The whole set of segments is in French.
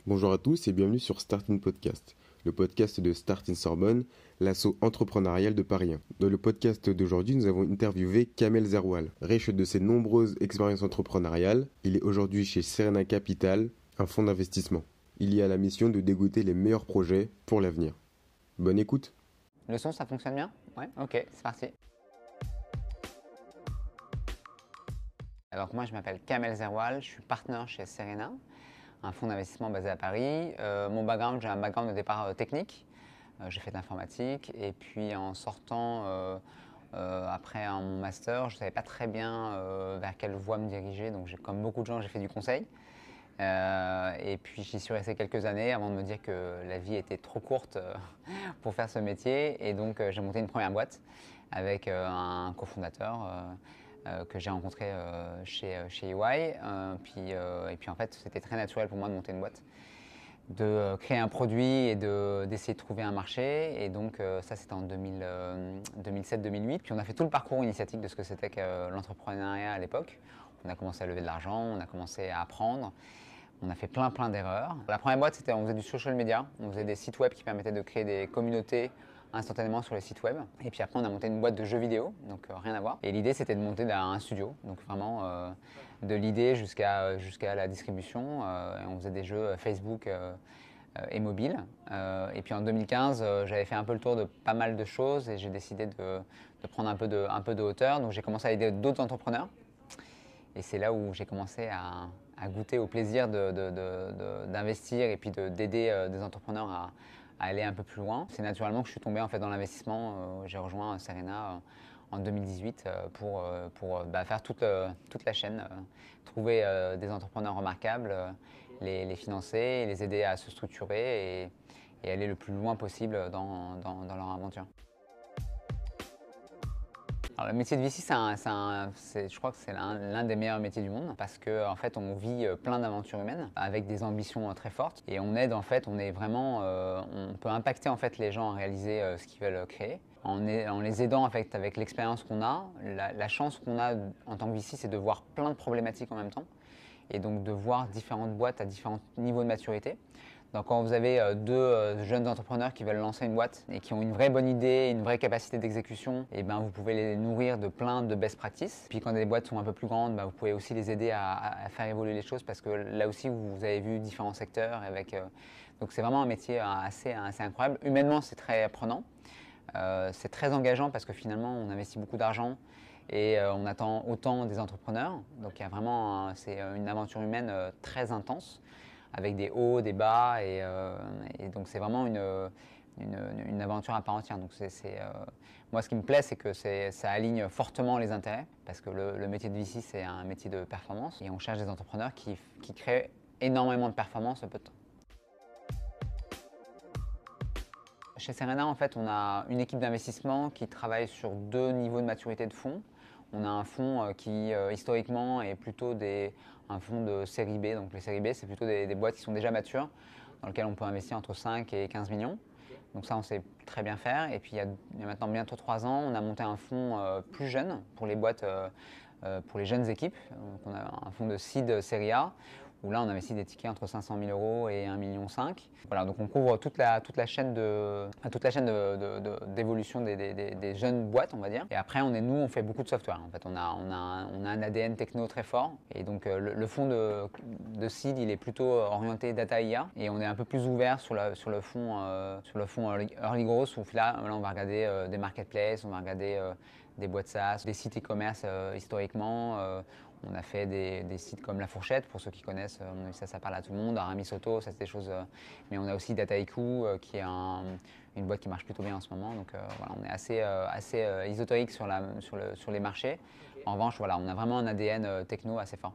Bonjour à tous et bienvenue sur Starting Podcast, le podcast de Starting Sorbonne, l'asso entrepreneurial de Paris 1. Dans le podcast d'aujourd'hui, nous avons interviewé Kamel Zerwal. Riche de ses nombreuses expériences entrepreneuriales, il est aujourd'hui chez Serena Capital, un fonds d'investissement. Il y a la mission de dégoter les meilleurs projets pour l'avenir. Bonne écoute. Le son, ça fonctionne bien? Ouais, ok, c'est parti. Alors moi, je m'appelle Kamel Zerwal, je suis partenaire chez Serena, un fonds d'investissement basé à Paris. Mon background, j'ai un background de départ technique. J'ai fait de l'informatique et puis en sortant après mon master, je ne savais pas très bien vers quelle voie me diriger. Donc comme beaucoup de gens, j'ai fait du conseil. Et puis j'y suis resté quelques années avant de me dire que la vie était trop courte pour faire ce métier. Et donc j'ai monté une première boîte avec un cofondateur que j'ai rencontré chez EY. Et puis en fait, c'était très naturel pour moi de monter une boîte, de créer un produit et d'essayer de trouver un marché. Et donc ça, c'était en 2007-2008. Puis on a fait tout le parcours initiatique de ce que c'était que l'entrepreneuriat à l'époque. On a commencé à lever de l'argent, on a commencé à apprendre. On a fait plein d'erreurs. La première boîte, c'était on faisait du social media. On faisait des sites web qui permettaient de créer des communautés instantanément sur les sites web. Et puis après, on a monté une boîte de jeux vidéo, donc rien à voir. Et l'idée, c'était de monter un studio, donc vraiment de l'idée jusqu'à la distribution. Et on faisait des jeux Facebook et mobile. Et puis en 2015, j'avais fait un peu le tour de pas mal de choses et j'ai décidé de prendre un peu de hauteur. Donc j'ai commencé à aider d'autres entrepreneurs. Et c'est là où j'ai commencé à goûter au plaisir d'investir et puis d'aider des entrepreneurs à aller un peu plus loin. C'est naturellement que je suis tombé en fait dans l'investissement. J'ai rejoint Serena en 2018 pour faire toute la chaîne, trouver des entrepreneurs remarquables, les financer, les aider à se structurer et aller le plus loin possible dans leur aventure. Alors, le métier de VC, je crois que c'est l'un des meilleurs métiers du monde parce qu'en fait, on vit plein d'aventures humaines avec des ambitions très fortes et on aide en fait, on peut impacter en fait les gens à réaliser ce qu'ils veulent créer. En les aidant en fait, avec l'expérience qu'on a, la chance qu'on a en tant que VC, c'est de voir plein de problématiques en même temps et donc de voir différentes boîtes à différents niveaux de maturité. Donc quand vous avez deux jeunes entrepreneurs qui veulent lancer une boîte et qui ont une vraie bonne idée, une vraie capacité d'exécution, et ben vous pouvez les nourrir de plein de best practices. Puis quand les boîtes sont un peu plus grandes, vous pouvez aussi les aider à faire évoluer les choses parce que là aussi vous avez vu différents secteurs. Donc c'est vraiment un métier assez incroyable. Humainement, c'est très prenant. C'est très engageant parce que finalement on investit beaucoup d'argent et on attend autant des entrepreneurs. Donc il y a vraiment c'est une aventure humaine très intense, avec des hauts, des bas, et donc c'est vraiment une aventure à part entière. Donc moi, ce qui me plaît, c'est que ça aligne fortement les intérêts, parce que le métier de VC, c'est un métier de performance, et on cherche des entrepreneurs qui créent énormément de performance en peu de temps. Chez Serena, en fait, on a une équipe d'investissement qui travaille sur deux niveaux de maturité de fonds. On a un fonds qui, historiquement, est plutôt un fonds de série B. Donc les séries B, c'est plutôt des boîtes qui sont déjà matures, dans lesquelles on peut investir entre 5 et 15 millions. Donc ça, on sait très bien faire. Et puis, il y a maintenant bientôt 3 ans, on a monté un fonds plus jeune pour les boîtes, pour les jeunes équipes. Donc, on a un fonds de seed série A, où là, on investit des tickets entre 500 000 € et 1,5 million. Voilà, donc on couvre toute la chaîne d'évolution des jeunes boîtes, on va dire. Et après, on fait beaucoup de software. En fait, on a un ADN techno très fort. Et donc, le fonds de seed, il est plutôt orienté data IA. Et on est un peu plus ouvert sur le fonds early growth, où là, on va regarder des marketplaces, on va regarder des boîtes SaaS, des sites e-commerce historiquement. On a fait des sites comme La Fourchette, pour ceux qui connaissent, ça parle à tout le monde. Aramisoto, ça c'est des choses. Mais on a aussi Dataiku, qui est une boîte qui marche plutôt bien en ce moment. Donc voilà, on est assez ésotérique sur les marchés. En revanche, voilà, on a vraiment un ADN techno assez fort.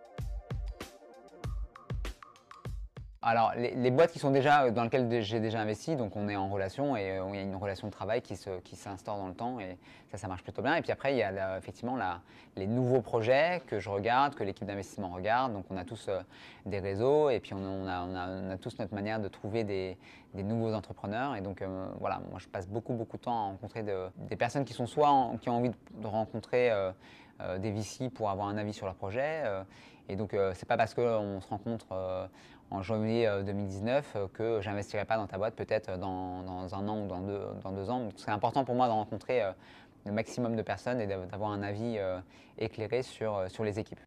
Alors, les boîtes qui sont dans lesquelles j'ai déjà investi, donc on est en relation et il y a une relation de travail qui s'instaure dans le temps et ça marche plutôt bien. Et puis après, il y a effectivement les nouveaux projets que je regarde, que l'équipe d'investissement regarde. Donc on a tous des réseaux et puis on a tous notre manière de trouver des nouveaux entrepreneurs. Et donc voilà, moi je passe beaucoup de temps à rencontrer des personnes qui sont qui ont envie de rencontrer des VC pour avoir un avis sur leur projet. Et donc, c'est pas parce qu'on se rencontre en janvier 2019 que j'investirai pas dans ta boîte peut-être dans un an ou dans 2 ans. Donc c'est important pour moi de rencontrer le maximum de personnes et d'avoir un avis éclairé sur les équipes.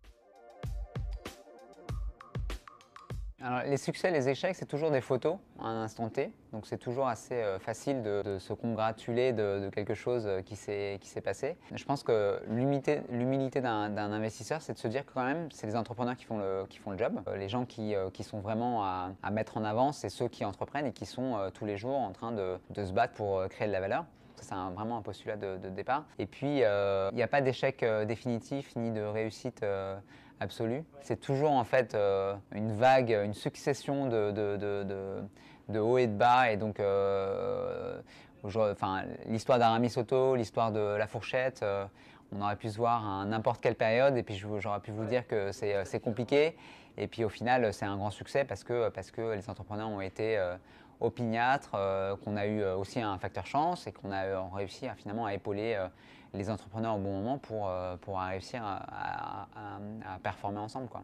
Alors, les succès, les échecs, c'est toujours des photos à un instant T. Donc c'est toujours assez facile de se congratuler de quelque chose qui s'est passé. Je pense que l'humilité d'un investisseur, c'est de se dire que quand même, c'est les entrepreneurs qui font le job. Les gens qui sont vraiment à mettre en avant, c'est ceux qui entreprennent et qui sont tous les jours en train de se battre pour créer de la valeur. C'est vraiment un postulat de départ. Et puis, il n'y a pas d'échec définitif ni de réussite absolue. C'est toujours en fait une vague, une succession de hauts et de bas. Et donc, l'histoire d'Aramis Auto, l'histoire de La Fourchette, on aurait pu se voir à n'importe quelle période. Et puis, j'aurais pu vous dire que c'est compliqué. Et puis, au final, c'est un grand succès parce que les entrepreneurs ont été opiniâtres, qu'on a eu aussi un facteur chance et qu'on a réussi finalement à épauler les entrepreneurs au bon moment pour réussir à performer ensemble, quoi.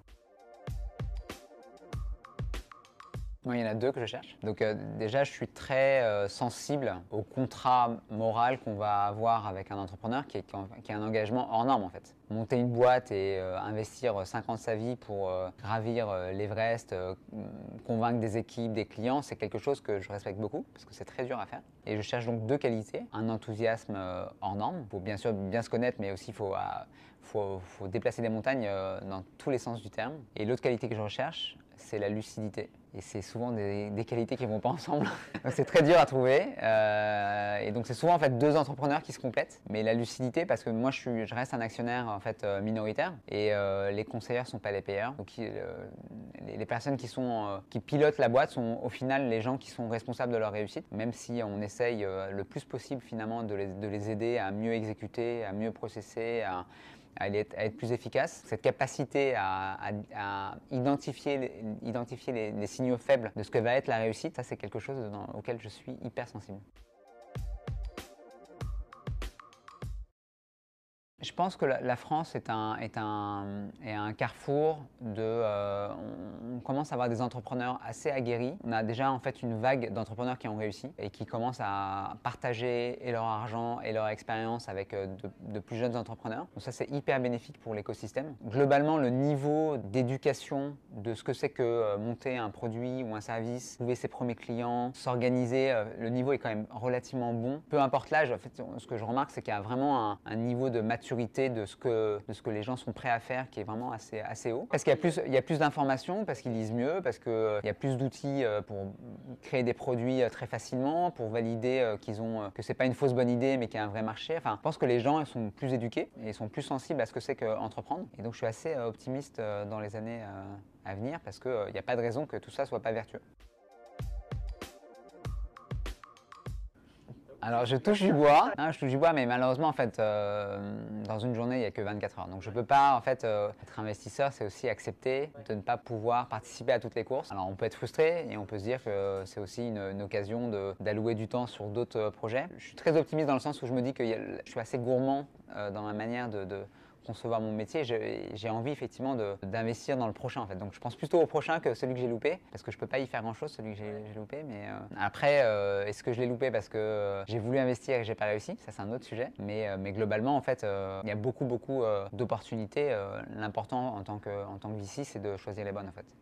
Moi, il y en a 2 que je cherche. Donc déjà, je suis très sensible au contrat moral qu'on va avoir avec un entrepreneur qui est un engagement hors norme en fait. Monter une boîte et investir 5 ans de sa vie pour gravir l'Everest, convaincre des équipes, des clients, c'est quelque chose que je respecte beaucoup parce que c'est très dur à faire. Et je cherche donc 2 qualités. Un enthousiasme hors norme. Il faut bien sûr bien se connaître, mais aussi il faut déplacer des montagnes dans tous les sens du terme. Et l'autre qualité que je recherche, c'est la lucidité. Et c'est souvent des qualités qui ne vont pas ensemble. C'est très dur à trouver. Et donc c'est souvent en fait 2 entrepreneurs qui se complètent. Mais la lucidité, parce que moi je reste un actionnaire en fait minoritaire et les conseillers ne sont pas les payeurs. Donc les personnes qui pilotent la boîte sont au final les gens qui sont responsables de leur réussite. Même si on essaye le plus possible finalement de les aider à mieux exécuter, à mieux processer, à être plus efficace. Cette capacité à identifier les signaux faibles de ce que va être la réussite, ça c'est quelque chose auquel je suis hyper sensible. Je pense que la France est un carrefour on commence à avoir des entrepreneurs assez aguerris. On a déjà en fait une vague d'entrepreneurs qui ont réussi et qui commencent à partager et leur argent et leur expérience avec de plus jeunes entrepreneurs. Donc ça c'est hyper bénéfique pour l'écosystème. Globalement, le niveau d'éducation de ce que c'est que monter un produit ou un service, trouver ses premiers clients, s'organiser, le niveau est quand même relativement bon. Peu importe l'âge, en fait, ce que je remarque c'est qu'il y a vraiment un niveau de maturité de ce que les gens sont prêts à faire qui est vraiment assez haut. Parce qu'il y a plus d'informations, parce qu'ils lisent mieux, parce qu'il y a plus d'outils pour créer des produits très facilement, pour valider que ce n'est pas une fausse bonne idée mais qu'il y a un vrai marché. Enfin, je pense que les gens ils sont plus éduqués et sont plus sensibles à ce que c'est qu'entreprendre. Et donc je suis assez optimiste dans les années à venir parce qu'il n'y a pas de raison que tout ça ne soit pas vertueux. Alors je touche du bois, mais malheureusement en fait dans une journée il n'y a que 24 heures. Donc je ne peux pas en fait être investisseur, c'est aussi accepter de ne pas pouvoir participer à toutes les courses. Alors on peut être frustré et on peut se dire que c'est aussi une occasion d'allouer du temps sur d'autres projets. Je suis très optimiste dans le sens où je me dis que je suis assez gourmand dans ma manière de concevoir mon métier, j'ai envie effectivement d'investir dans le prochain en fait. Donc je pense plutôt au prochain que celui que j'ai loupé, parce que je peux pas y faire grand chose celui que j'ai loupé. Mais après, est-ce que je l'ai loupé parce que j'ai voulu investir et que j'ai pas réussi? Ça c'est un autre sujet. Mais globalement en fait, il y a beaucoup d'opportunités. L'important en tant que VC, c'est de choisir les bonnes en fait.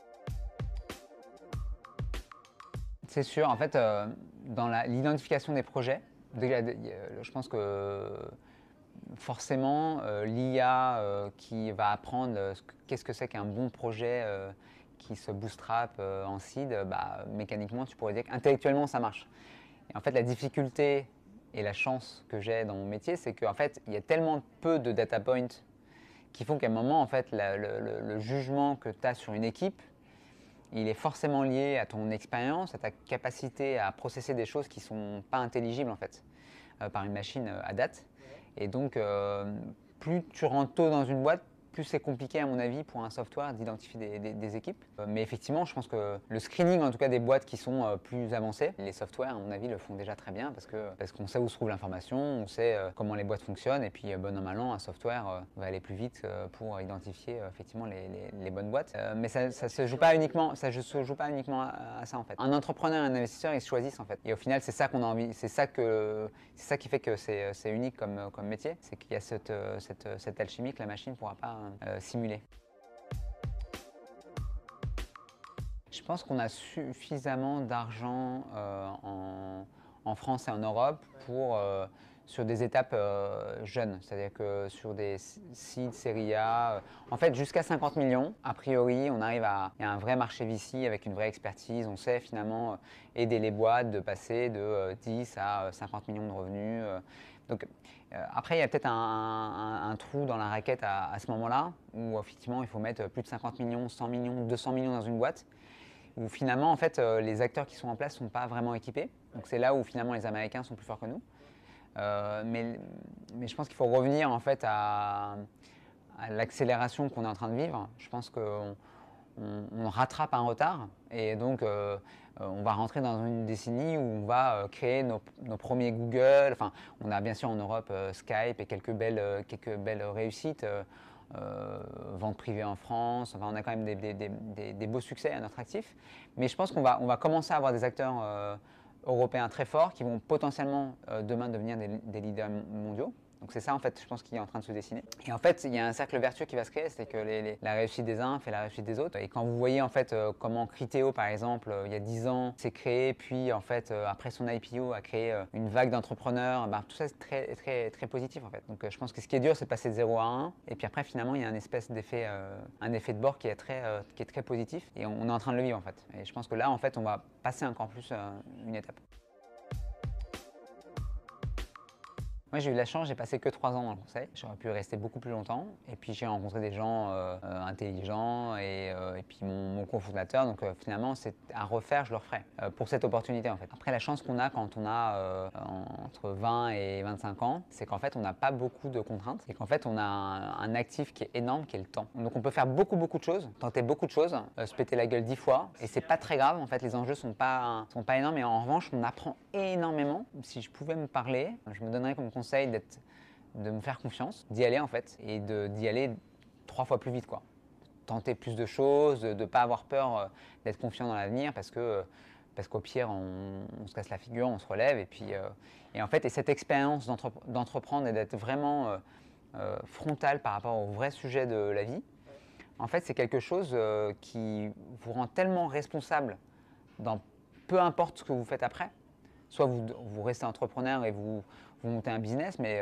C'est sûr, en fait, dans l'identification des projets, déjà, je pense que forcément, l'IA qui va apprendre qu'est-ce que c'est qu'un bon projet qui se bootstrap en seed, mécaniquement, tu pourrais dire qu'intellectuellement, ça marche. Et en fait, la difficulté et la chance que j'ai dans mon métier, c'est qu'en fait, il y a tellement peu de data points qui font qu'à un moment, en fait, le jugement que tu as sur une équipe, il est forcément lié à ton expérience, à ta capacité à processer des choses qui ne sont pas intelligibles, en fait, par une machine à date. Et donc, plus tu rentres tôt dans une boîte, plus c'est compliqué à mon avis pour un software d'identifier des équipes. Mais effectivement, je pense que le screening en tout cas des boîtes qui sont plus avancées, les softwares à mon avis le font déjà très bien parce qu'on sait où se trouve l'information, on sait comment les boîtes fonctionnent et puis bon an mal an un software va aller plus vite pour identifier effectivement les bonnes boîtes. Mais ça se joue pas uniquement, à ça en fait. Un entrepreneur et un investisseur ils se choisissent en fait. Et au final c'est ça qu'on a envie, c'est ça qui fait que c'est unique comme métier, c'est qu'il y a cette alchimie que la machine ne pourra pas simuler. Je pense qu'on a suffisamment d'argent en France et en Europe sur des étapes jeunes, c'est-à-dire que sur des seed, série A, en fait jusqu'à 50 millions, a priori il y a un vrai marché VC avec une vraie expertise, on sait finalement aider les boîtes de passer de 10 à 50 millions de revenus. Donc, après, il y a peut-être un trou dans la raquette à ce moment-là, où effectivement il faut mettre plus de 50 millions, 100 millions, 200 millions dans une boîte, où finalement en fait, les acteurs qui sont en place ne sont pas vraiment équipés. Donc c'est là où finalement les Américains sont plus forts que nous. Mais je pense qu'il faut revenir en fait à l'accélération qu'on est en train de vivre. Je pense qu'on rattrape un retard et donc on va rentrer dans une décennie où on va créer nos premiers Google. Enfin, on a bien sûr en Europe Skype et quelques belles réussites. Vente privée en France, enfin, on a quand même des beaux succès à notre actif. Mais je pense qu'on va commencer à avoir des acteurs européens très forts qui vont potentiellement demain devenir des leaders mondiaux. Donc c'est ça en fait, je pense, qui est en train de se dessiner. Et en fait, il y a un cercle vertueux qui va se créer, c'est que la réussite des uns fait la réussite des autres. Et quand vous voyez en fait comment Criteo, par exemple, il y a 10 ans, s'est créé, puis en fait après son IPO a créé une vague d'entrepreneurs, tout ça c'est très, très, très positif en fait. Donc je pense que ce qui est dur, c'est de passer de 0 à 1. Et puis après, finalement, il y a un espèce d'effet, un effet de bord qui est très positif. Et on est en train de le vivre en fait. Et je pense que là, en fait, on va passer encore plus une étape. Moi, j'ai eu la chance, j'ai passé que 3 ans dans le conseil. J'aurais pu rester beaucoup plus longtemps. Et puis, j'ai rencontré des gens intelligents et puis mon cofondateur. Donc, finalement, c'est à refaire, je le referai pour cette opportunité, en fait. Après, la chance qu'on a quand on a entre 20 et 25 ans, c'est qu'en fait, on n'a pas beaucoup de contraintes et qu'en fait, on a un actif qui est énorme, qui est le temps. Donc, on peut faire beaucoup de choses, tenter beaucoup de choses, se péter la gueule 10 fois. Et c'est pas très grave. En fait, les enjeux sont pas énormes. Et en revanche, on apprend énormément. Si je pouvais me parler, je me donnerais comme conseil de me faire confiance, d'y aller en fait, et d'y aller 3 fois plus vite, quoi. Tenter plus de choses, de ne pas avoir peur d'être confiant dans l'avenir parce qu'au pire, on se casse la figure, on se relève, et puis en fait, cette expérience d'entreprendre et d'être vraiment frontal par rapport au vrai sujet de la vie, en fait, c'est quelque chose qui vous rend tellement responsable dans peu importe ce que vous faites après. Soit vous restez entrepreneur et vous montez un business, mais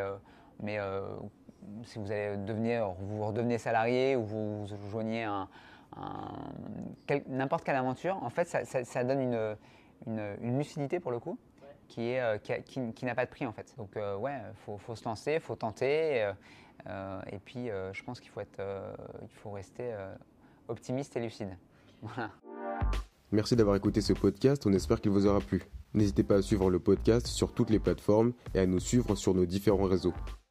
si vous allez vous redevenez salarié ou vous joignez n'importe quelle aventure, en fait, ça donne une lucidité pour le coup qui n'a pas de prix en fait. Donc ouais, faut se lancer, faut tenter, et puis je pense qu'il faut rester optimiste et lucide. Voilà. Merci d'avoir écouté ce podcast, on espère qu'il vous aura plu. N'hésitez pas à suivre le podcast sur toutes les plateformes et à nous suivre sur nos différents réseaux.